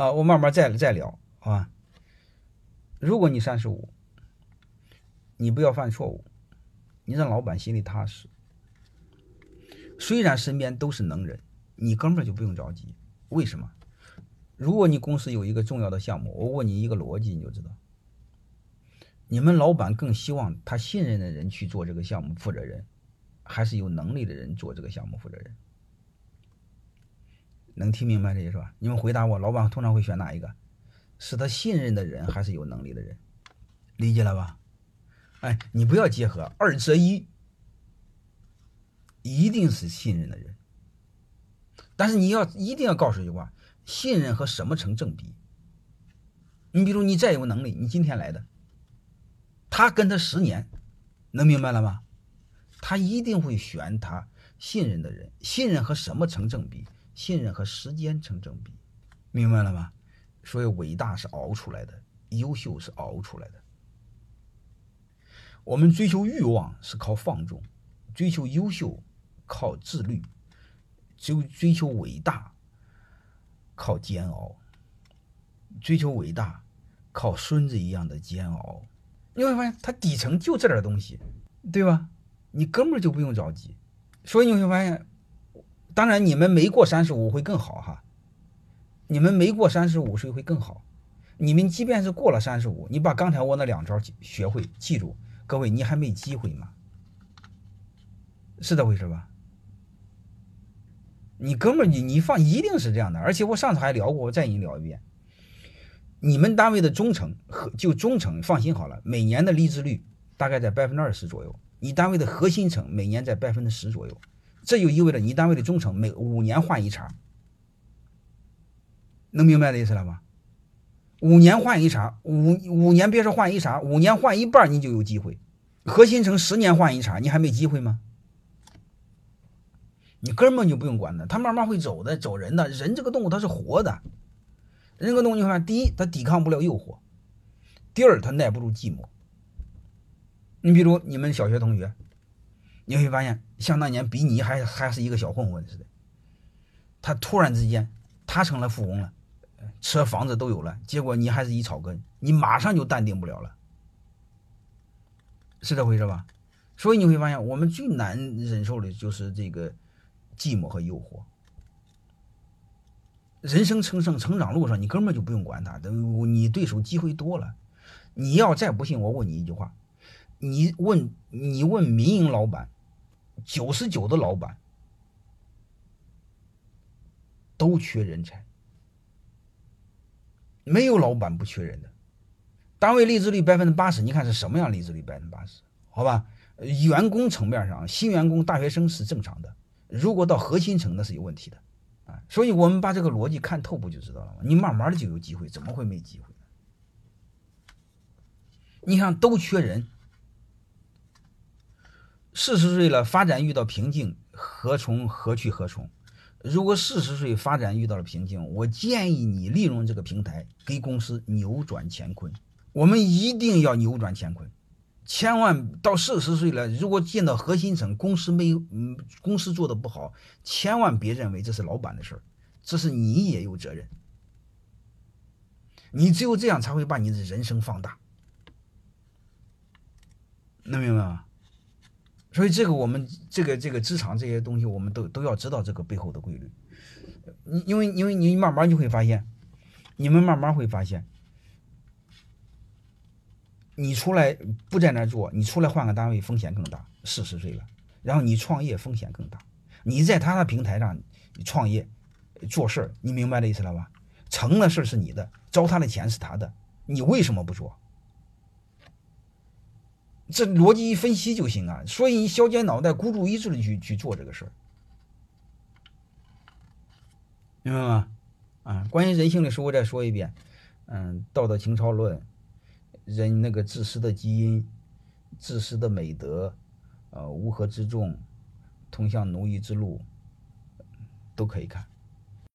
啊，我慢慢再聊，好吧？如果你35，你不要犯错误，你让老板心里踏实。虽然身边都是能人，你哥们儿就不用着急。为什么？如果你公司有一个重要的项目，我问你一个逻辑，你就知道，你们老板更希望他信任的人去做这个项目负责人，还是有能力的人做这个项目负责人？能听明白这意思吧？你们回答我，老板通常会选哪一个？是他信任的人，还是有能力的人？理解了吧？哎，你不要结合二择一，一定是信任的人。但是你一定要告诉一句话：信任和什么成正比？你比如你再有能力，你今天来的，他跟他10年，能明白了吗？他一定会选他信任的人。信任和什么成正比？信任和时间成正比，明白了吗？所以伟大是熬出来的，优秀是熬出来的。我们追求欲望是靠放纵，追求优秀靠自律，追求伟大靠煎熬，追求伟大靠孙子一样的煎熬。你会发现，它底层就这点东西，对吧？你根本就不用着急。所以你会发现，当然你们没过35会更好哈，你们没过35岁会更好。你们即便是过了35，你把刚才我那2招学会，记住，各位，你还没机会吗？是这回事吧？你哥们儿，你放一定是这样的。而且我上次还聊过，我再给你聊一遍。你们单位的中层就中层，放心好了，每年的离职率大概在20%左右。你单位的核心层每年在10%左右，这就意味着你单位的中层每5年换一茬。能明白的意思了吧？5年换一茬，五年别说换一茬，5年换一半，你就有机会。核心层10年换一茬，你还没机会吗？你根本就不用管他，他慢慢会走的，走人的。人这个动物它是活的，人这个动物你看，第一，它抵抗不了诱惑；第二，它耐不住寂寞。你比如你们小学同学，你会发现，像那年比你还是一个小混混似的，他突然之间他成了富翁了，车房子都有了，结果你还是一草根，你马上就淡定不了了，是这回事吧？所以你会发现，我们最难忍受的就是这个寂寞和诱惑。人生成长路上，你根本就不用管他，你对手机会多了。你要再不信，我问你一句话：你问民营老板，99的老板都缺人才，没有老板不缺人的。单位离职率80%，你看是什么样离职率80%？好吧，员工层面上，新员工、大学生是正常的，如果到核心层，那是有问题的啊。所以我们把这个逻辑看透，不就知道了吗？你慢慢的就有机会，怎么会没机会呢？你看，都缺人，40岁了，发展遇到瓶颈，何去何从？如果40岁发展遇到了瓶颈，我建议你利用这个平台给公司扭转乾坤。我们一定要扭转乾坤，千万到40岁了，如果进到核心层，公司做的不好，千万别认为这是老板的事儿，这是你也有责任。你只有这样才会把你的人生放大，能明白吗？所以这个我们这个职场这些东西，我们都要知道这个背后的规律。因为你慢慢就会发现，你们慢慢会发现，你出来不在那做，你出来换个单位风险更大。40岁了，然后你创业风险更大。你在他的平台上创业做事儿，你明白这意思了吧？成了事是你的，招他的钱是他的，你为什么不做？这逻辑一分析就行啊。所以你削尖脑袋，孤注一掷的去做这个事儿，明白吗？啊，关于人性的书我再说一遍，道德情操论，人那个自私的基因，自私的美德，乌合之众，通向奴役之路，都可以看。